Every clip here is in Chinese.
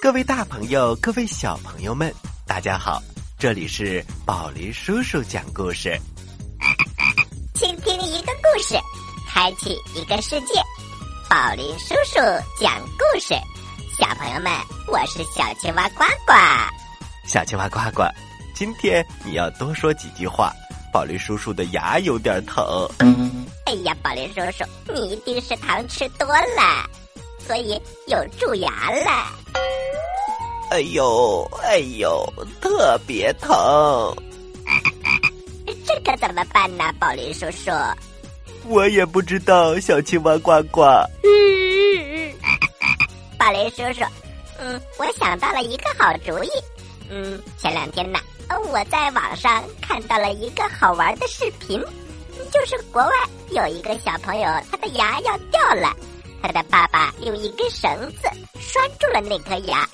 各位大朋友，各位小朋友们，大家好，这里是宝林叔叔讲故事。 倾听一个故事，开启一个世界。宝林叔叔讲故事，小朋友们，我是小青蛙呱呱。 小青蛙呱呱，今天你要多说几句话，宝林叔叔的牙有点疼。 哎呀，宝林叔叔，你一定是糖吃多了，所以有蛀牙了。 哎呦，特别疼。 这可怎么办呢，宝林叔叔？ 我也不知道，小青蛙呱呱。 宝林叔叔，我想到了一个好主意。前两天呢，我在网上看到了一个好玩的视频，就是国外有一个小朋友，他的牙要掉了，他的爸爸用一根绳子拴住了那颗牙，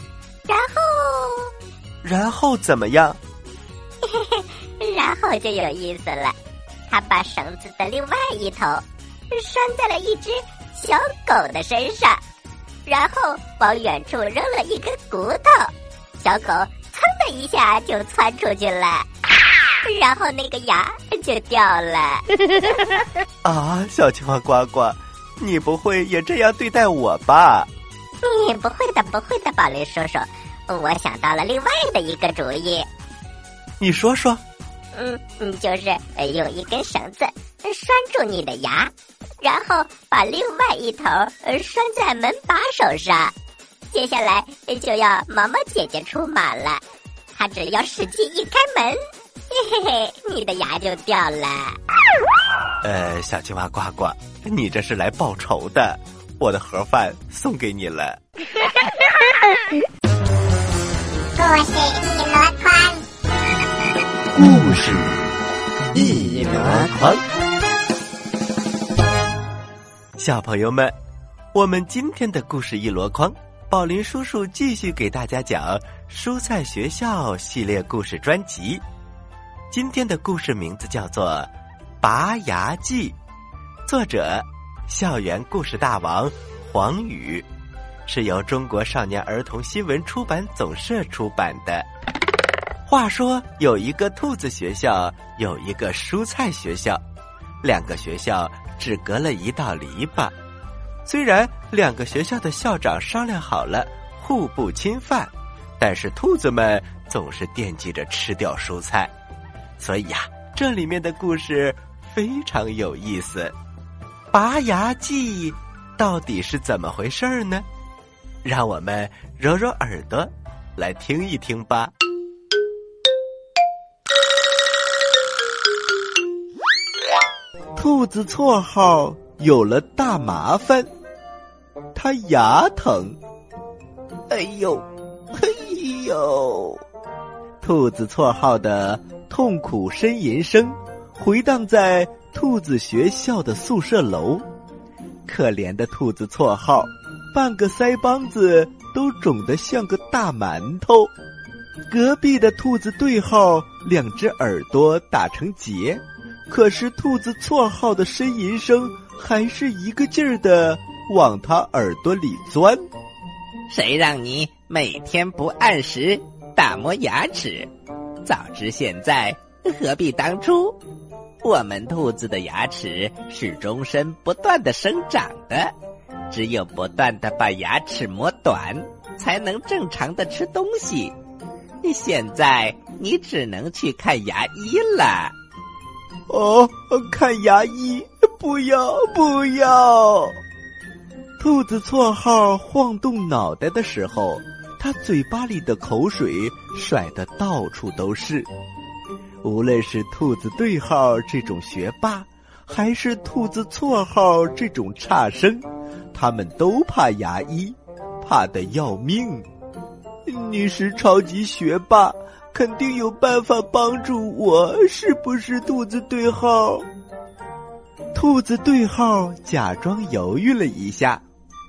然后怎么样？ 然后就有意思了，他把绳子的另外一头拴在了一只小狗的身上，然后往远处扔了一根骨头，小狗噌的一下就窜出去了，然后那个牙就掉了。 啊，小青蛙呱呱，你不会也这样对待我吧？ 不会的，宝林叔叔，我想到了另外的一个主意。 你说说。 就是用一根绳子拴住你的牙，然后把另外一头拴在门把手上。接下来就要毛毛姐姐出马了，她只要使劲一开门，你的牙就掉了。 小青蛙呱呱，你这是来报仇的，我的盒饭送给你了。 故事一箩筐， 故事一箩筐。小朋友们，我们今天的故事一箩筐，宝林叔叔继续给大家讲蔬菜学校系列故事专辑。今天的故事名字叫做《拔牙记》，作者校园故事大王黄宇，是由中国少年儿童新闻出版总社出版的。话说有一个兔子学校，有一个蔬菜学校，两个学校只隔了一道篱笆。虽然两个学校的校长商量好了互不侵犯，但是兔子们总是惦记着吃掉蔬菜，所以这里面的故事非常有意思。拔牙记到底是怎么回事呢？让我们揉揉耳朵来听一听吧。兔子绰号有了大麻烦，他牙疼。哎呦，兔子绰号的痛苦呻吟声回荡在兔子学校的宿舍楼。可怜的兔子绰号，半个腮帮子都肿得像个大馒头。隔壁的兔子对号，两只耳朵打成结，可是兔子绰号的呻吟声还是一个劲儿的往他耳朵里钻。 谁让你每天不按时打磨牙齿？早知现在，何必当初？我们兔子的牙齿是终身不断的生长的，只有不断的把牙齿磨短，才能正常的吃东西。现在你只能去看牙医了。 哦，看牙医，不要！兔子绰号晃动脑袋的时候，他嘴巴里的口水甩得到处都是。无论是兔子对号这种学霸，还是兔子绰号这种差生，他们都怕牙医，怕得要命。你是超级学霸，肯定有办法帮助我，是不是兔子对号？兔子对号假装犹豫了一下。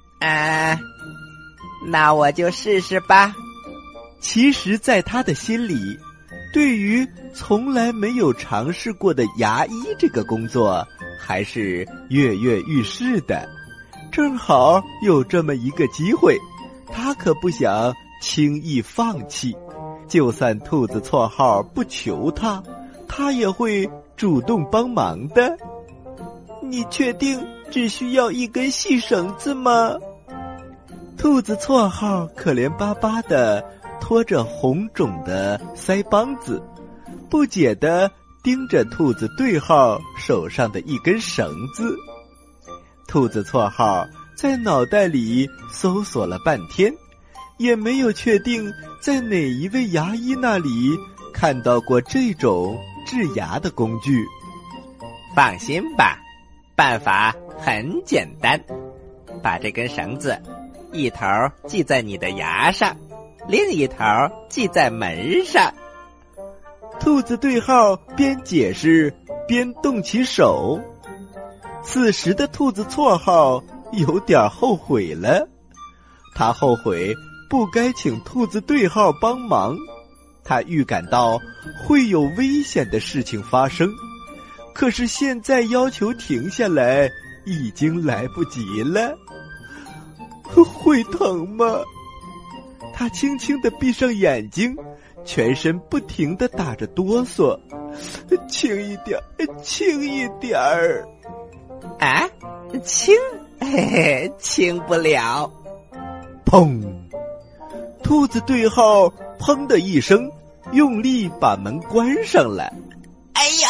那我就试试吧。 其实在他的心里，对于从来没有尝试过的牙医这个工作，还是跃跃欲试的。正好有这么一个机会，他可不想轻易放弃，就算兔子绰号不求他，他也会主动帮忙的。你确定只需要一根细绳子吗？兔子绰号可怜巴巴地拖着红肿的腮帮子，不解地盯着兔子对号手上的一根绳子。兔子绰号在脑袋里搜索了半天，也没有确定在哪一位牙医那里看到过这种治牙的工具。 放心吧，办法很简单，把这根绳子一头系在你的牙上，另一头系在门上。 兔子对号边解释边动起手。此时的兔子绰号有点后悔了，他后悔不该请兔子对号帮忙，他预感到会有危险的事情发生，可是现在要求停下来已经来不及了。会疼吗？他轻轻地闭上眼睛，全身不停地打着哆嗦。轻一点，轻一点儿。 啊，轻？嘿嘿，轻不了。 砰！兔子对号砰的一声，用力把门关上了。 哎呀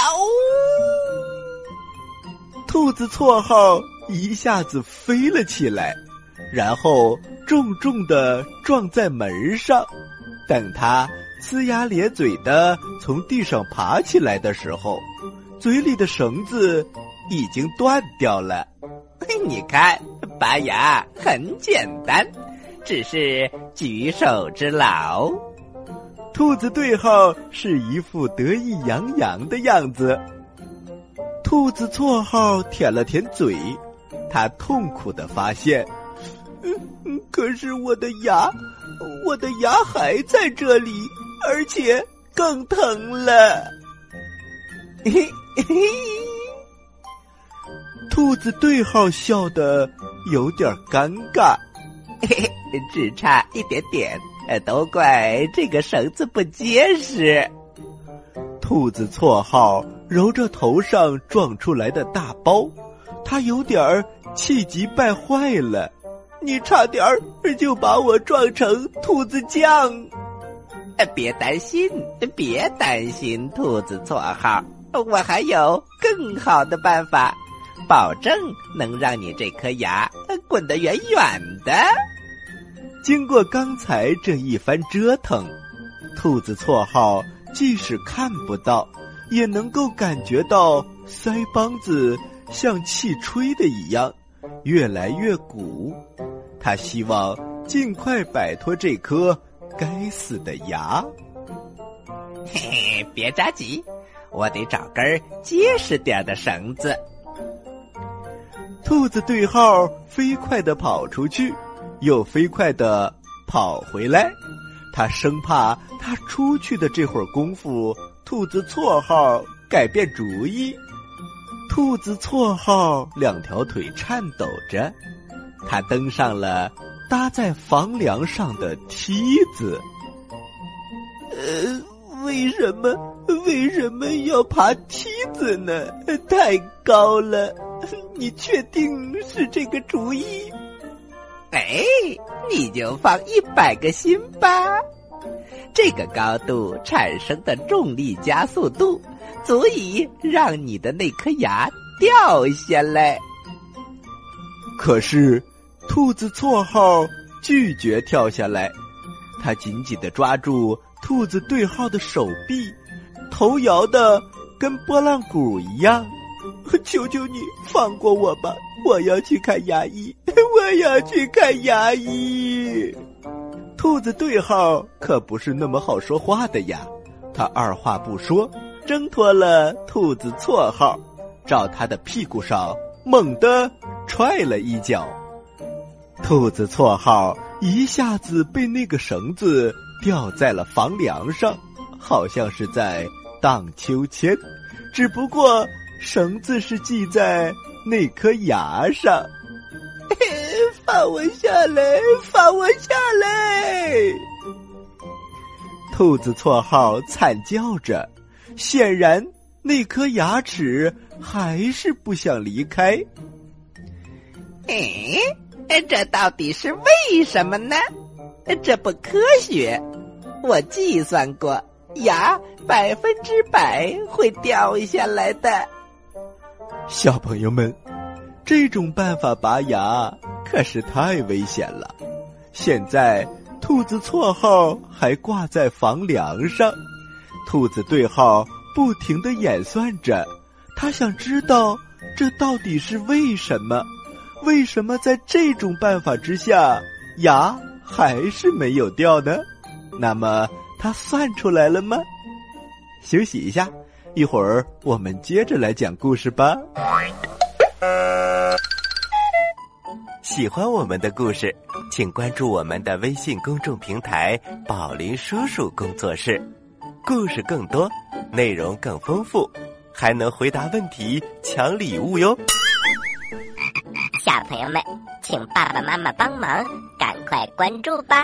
呜！ 兔子绰号一下子飞了起来，然后重重地撞在门上。等他呲牙咧嘴地从地上爬起来的时候，嘴里的绳子已经断掉了。 你看，拔牙很简单，只是举手之劳。 兔子对号是一副得意洋洋的样子。兔子绰号舔了舔嘴，他痛苦地发现，可是我的牙还在这里，而且更疼了。嘿嘿嘿。兔子对号笑得有点尴尬， 嘿嘿，只差一点点，都怪这个绳子不结实。 兔子绰号揉着头上撞出来的大包，他有点气急败坏了。你差点就把我撞成兔子酱。 别担心，别担心，兔子绰号，我还有更好的办法，保证能让你这颗牙滚得远远的。 经过刚才这一番折腾，兔子绰号即使看不到，也能够感觉到腮帮子像气吹的一样，越来越鼓。他希望尽快摆脱这颗该死的牙。 嘿嘿，别着急，我得找根结实点的绳子。 兔子对号飞快地跑出去，又飞快地跑回来。他生怕他出去的这会儿功夫，兔子绰号改变主意。兔子绰号两条腿颤抖着，他登上了搭在房梁上的梯子。为什么要爬梯子呢？太高了。你确定是这个主意？ 哎，你就放100个心吧。这个高度产生的重力加速度，足以让你的那颗牙掉下来。 可是，兔子绰号拒绝跳下来，他紧紧地抓住兔子对号的手臂，头摇得跟拨浪鼓一样。求求你放过我吧，我要去看牙医，我要去看牙医。兔子对号可不是那么好说话的呀，他二话不说，挣脱了兔子绰号，照他的屁股上猛地踹了一脚。兔子绰号一下子被那个绳子吊在了房梁上，好像是在荡秋千，只不过绳子是系在那颗牙上。放我下来，放我下来！ 兔子绰号惨叫着，显然那颗牙齿还是不想离开。 这到底是为什么呢？这不科学，我计算过，牙100%会掉下来的。 小朋友们，这种办法拔牙可是太危险了。现在兔子绰号还挂在房梁上，兔子对号不停地演算着，他想知道这到底是为什么？为什么在这种办法之下，牙还是没有掉呢？那么他算出来了吗？休息一下，一会儿我们接着来讲故事吧。喜欢我们的故事，请关注我们的微信公众平台宝林叔叔工作室，故事更多，内容更丰富，还能回答问题抢礼物哟。 小朋友们，请爸爸妈妈帮忙，赶快关注吧。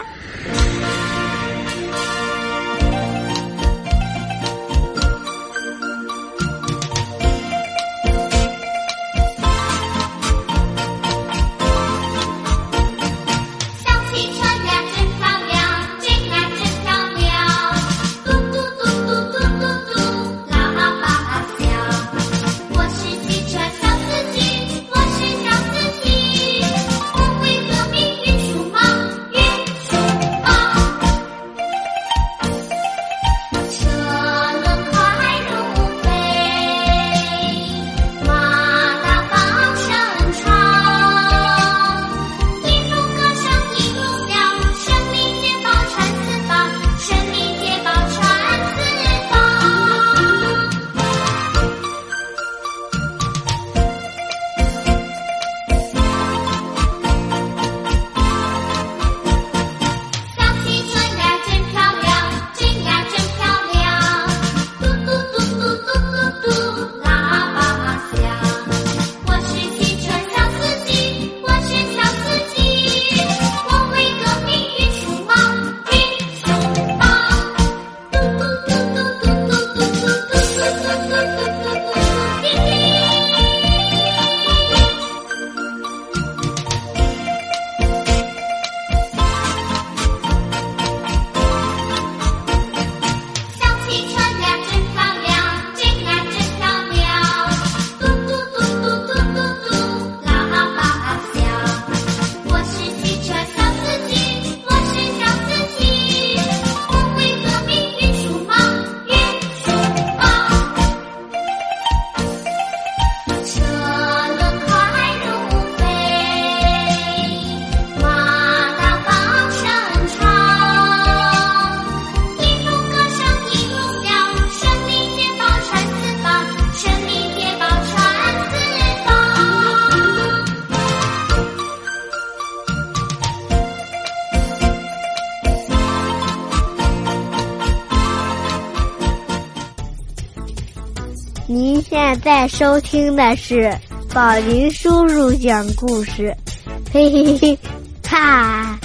您现在收听的是宝林叔叔讲故事，嘿嘿嘿，哈！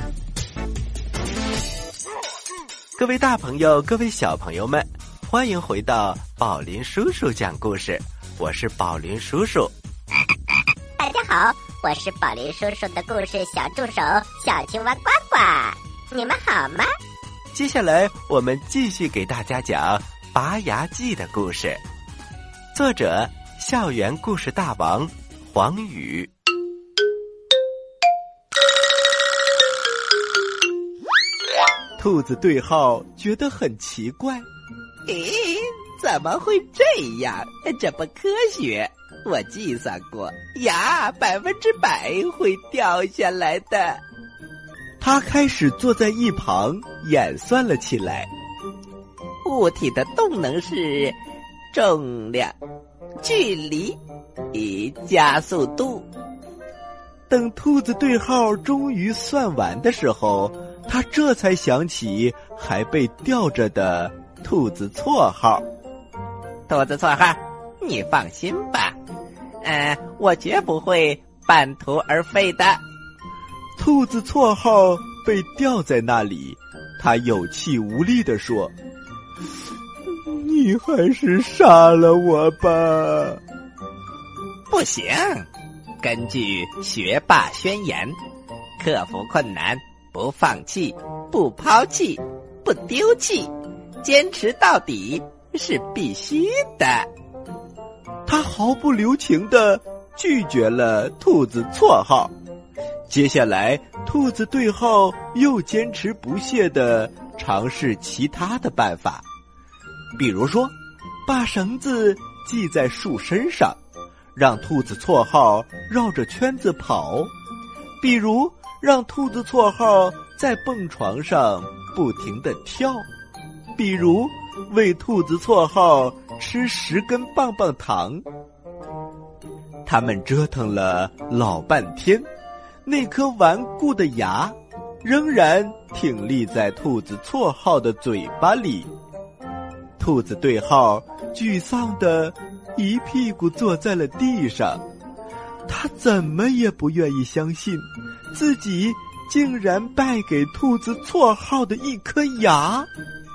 各位大朋友，各位小朋友们，欢迎回到宝林叔叔讲故事，我是宝林叔叔。 大家好，我是宝林叔叔的故事小助手小青蛙呱呱，你们好吗？ 接下来我们继续给大家讲拔牙记的故事，作者校园故事大王黄宇。兔子对号觉得很奇怪， 怎么会这样？这不科学，我计算过，牙100%会掉下来的。 他开始坐在一旁演算了起来。 物体的动能是重量、距离加速度。 等兔子对号终于算完的时候，他这才想起还被吊着的兔子绰号。 兔子绰号，你放心吧，我绝不会半途而废的。 兔子绰号被吊在那里， 他有气无力地说：“你还是杀了我吧。” 不行，根据学霸宣言，克服困难，不放弃，不抛弃，不丢弃，坚持到底是必须的。 他毫不留情地拒绝了兔子绰号。接下来，兔子对号又坚持不懈地尝试其他的办法，比如说，把绳子系在树身上，让兔子绰号绕着圈子跑；比如，让兔子绰号在蹦床上不停地跳；比如，喂兔子绰号吃10根棒棒糖。他们折腾了老半天，那颗顽固的牙仍然挺立在兔子绰号的嘴巴里。兔子对号沮丧地一屁股坐在了地上，他怎么也不愿意相信自己竟然败给兔子绰号的一颗牙。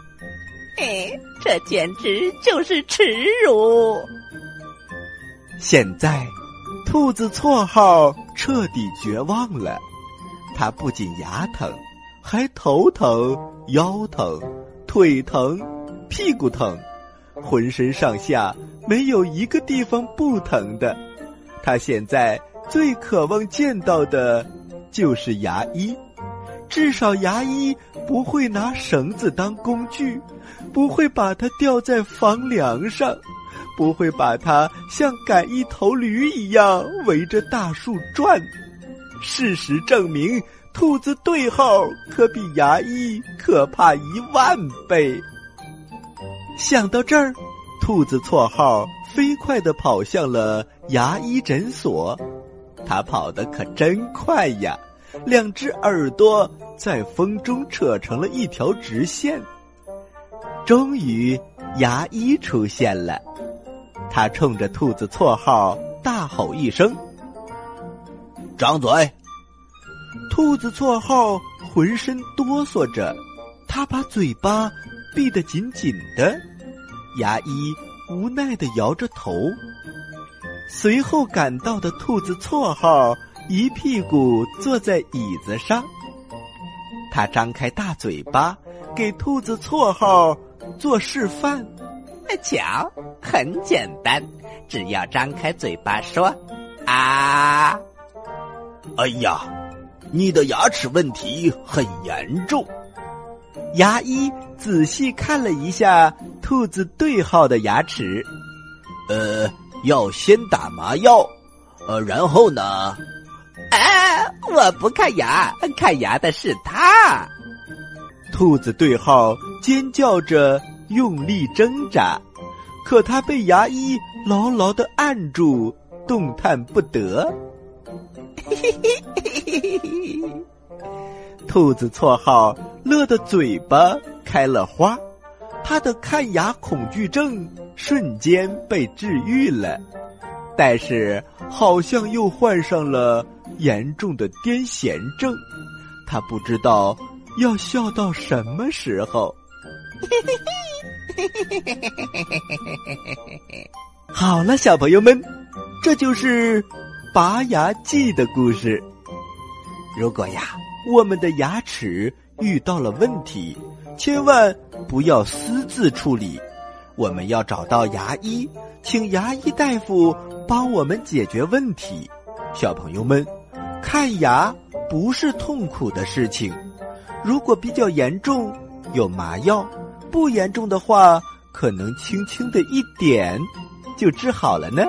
这简直就是耻辱！ 现在兔子绰号彻底绝望了，他不仅牙疼，还头疼、腰疼、腿疼、屁股疼，浑身上下没有一个地方不疼的。他现在最渴望见到的就是牙医，至少牙医不会拿绳子当工具，不会把它吊在房梁上，不会把它像赶一头驴一样围着大树转。事实证明，兔子对号可比牙医可怕10000倍。想到这儿，兔子绰号飞快地跑向了牙医诊所。他跑得可真快呀，2只耳朵在风中扯成了一条直线。终于，牙医出现了。他冲着兔子绰号大吼一声：“张嘴！”兔子绰号浑身哆嗦着，他把嘴巴闭得紧紧的。牙医无奈地摇着头。随后赶到的兔子绰号一屁股坐在椅子上，他张开大嘴巴给兔子绰号做示范。 瞧，很简单，只要张开嘴巴说啊。 哎呀，你的牙齿问题很严重。牙医仔细看了一下兔子对号的牙齿，要先打麻药，然后呢？ 我不看牙，看牙的是他。 兔子对号尖叫着用力挣扎，可他被牙医牢牢地按住，动弹不得。兔子绰号乐得嘴巴开了花，他的看牙恐惧症瞬间被治愈了，但是好像又患上了严重的癫痫症，他不知道要笑到什么时候。好了，小朋友们，这就是拔牙记的故事。如果呀，我们的牙齿遇到了问题，千万不要私自处理，我们要找到牙医，请牙医大夫帮我们解决问题。小朋友们，看牙不是痛苦的事情，如果比较严重，有麻药，不严重的话，可能轻轻的一点就治好了呢。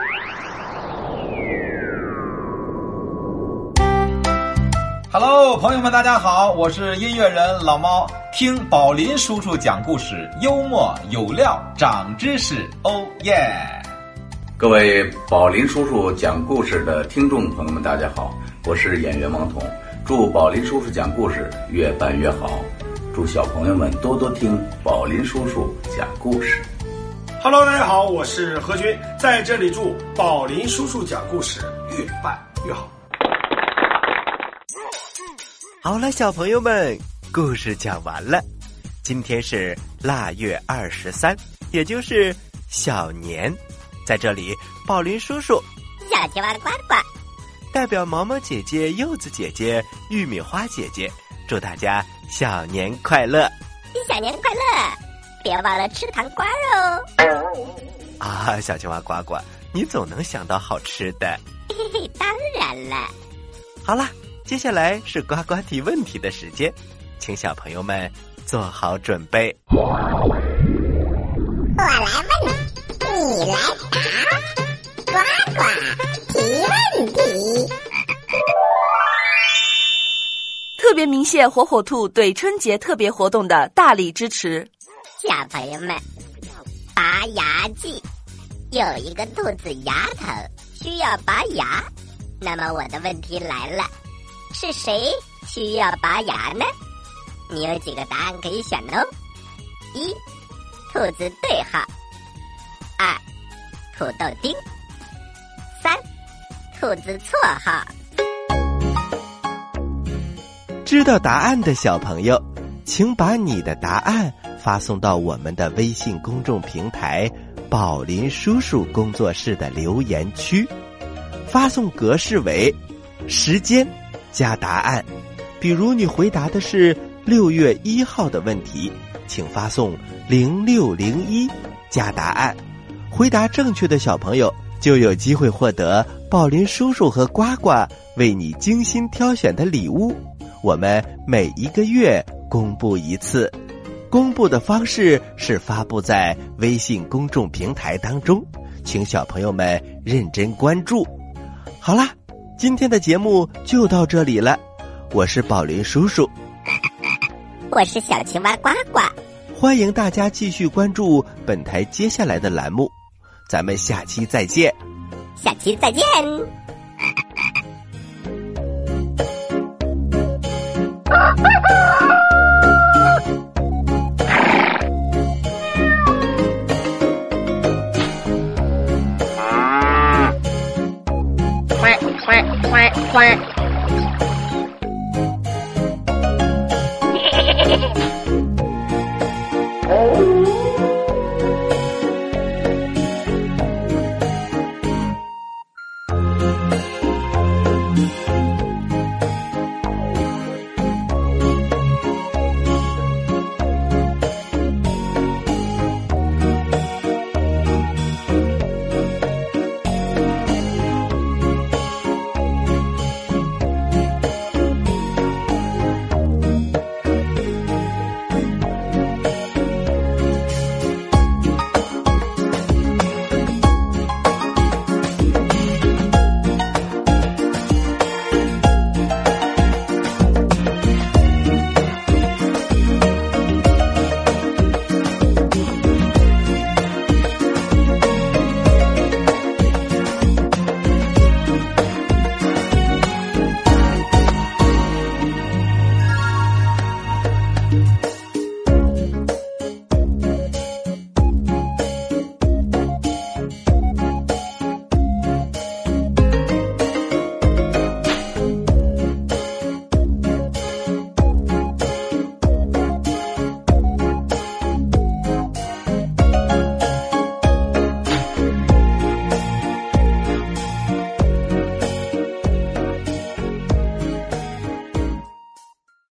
Hello， 朋友们，大家好，我是音乐人老猫。听宝林叔叔讲故事，幽默有料，长知识，哦耶！ 各位宝林叔叔讲故事的听众朋友们，大家好，我是演员王彤。祝宝林叔叔讲故事越办越好，祝小朋友们多多听宝林叔叔讲故事。 Hello， 大家好，我是何军，在这里祝宝林叔叔讲故事越办越好。 好了，小朋友们， 故事讲完了。今天是腊月23，也就是小年。在这里，宝林叔叔、 小青蛙呱呱代表毛毛姐姐、柚子姐姐、玉米花姐姐，祝大家小年快乐！ 小年快乐！别忘了吃糖瓜哦！ 啊，小青蛙呱呱，你总能想到好吃的。 嘿嘿，当然了。 好啦，接下来是呱呱提问题的时间，请小朋友们做好准备。 我来问，你来答，呱呱提问题。 特别鸣谢火火兔对春节特别活动的大力支持。 小朋友们，拔牙季，有一个兔子牙疼，需要拔牙。那么我的问题来了，是谁需要拔牙呢？你有几个答案可以选哦？1. 兔子对号。2. 土豆丁。3. 兔子错号。 知道答案的小朋友，请把你的答案发送到我们的微信公众平台宝林叔叔工作室的留言区，发送格式为时间加答案。比如你回答的是6月1号的问题，请发送0601加答案。回答正确的小朋友就有机会获得宝林叔叔和呱呱为你精心挑选的礼物。我们每一个月公布一次，公布的方式是发布在微信公众平台当中，请小朋友们认真关注。好啦，今天的节目就到这里了，我是宝林叔叔， 我是小青蛙呱呱， 欢迎大家继续关注本台接下来的栏目，咱们下期再见。 下期再见。 快！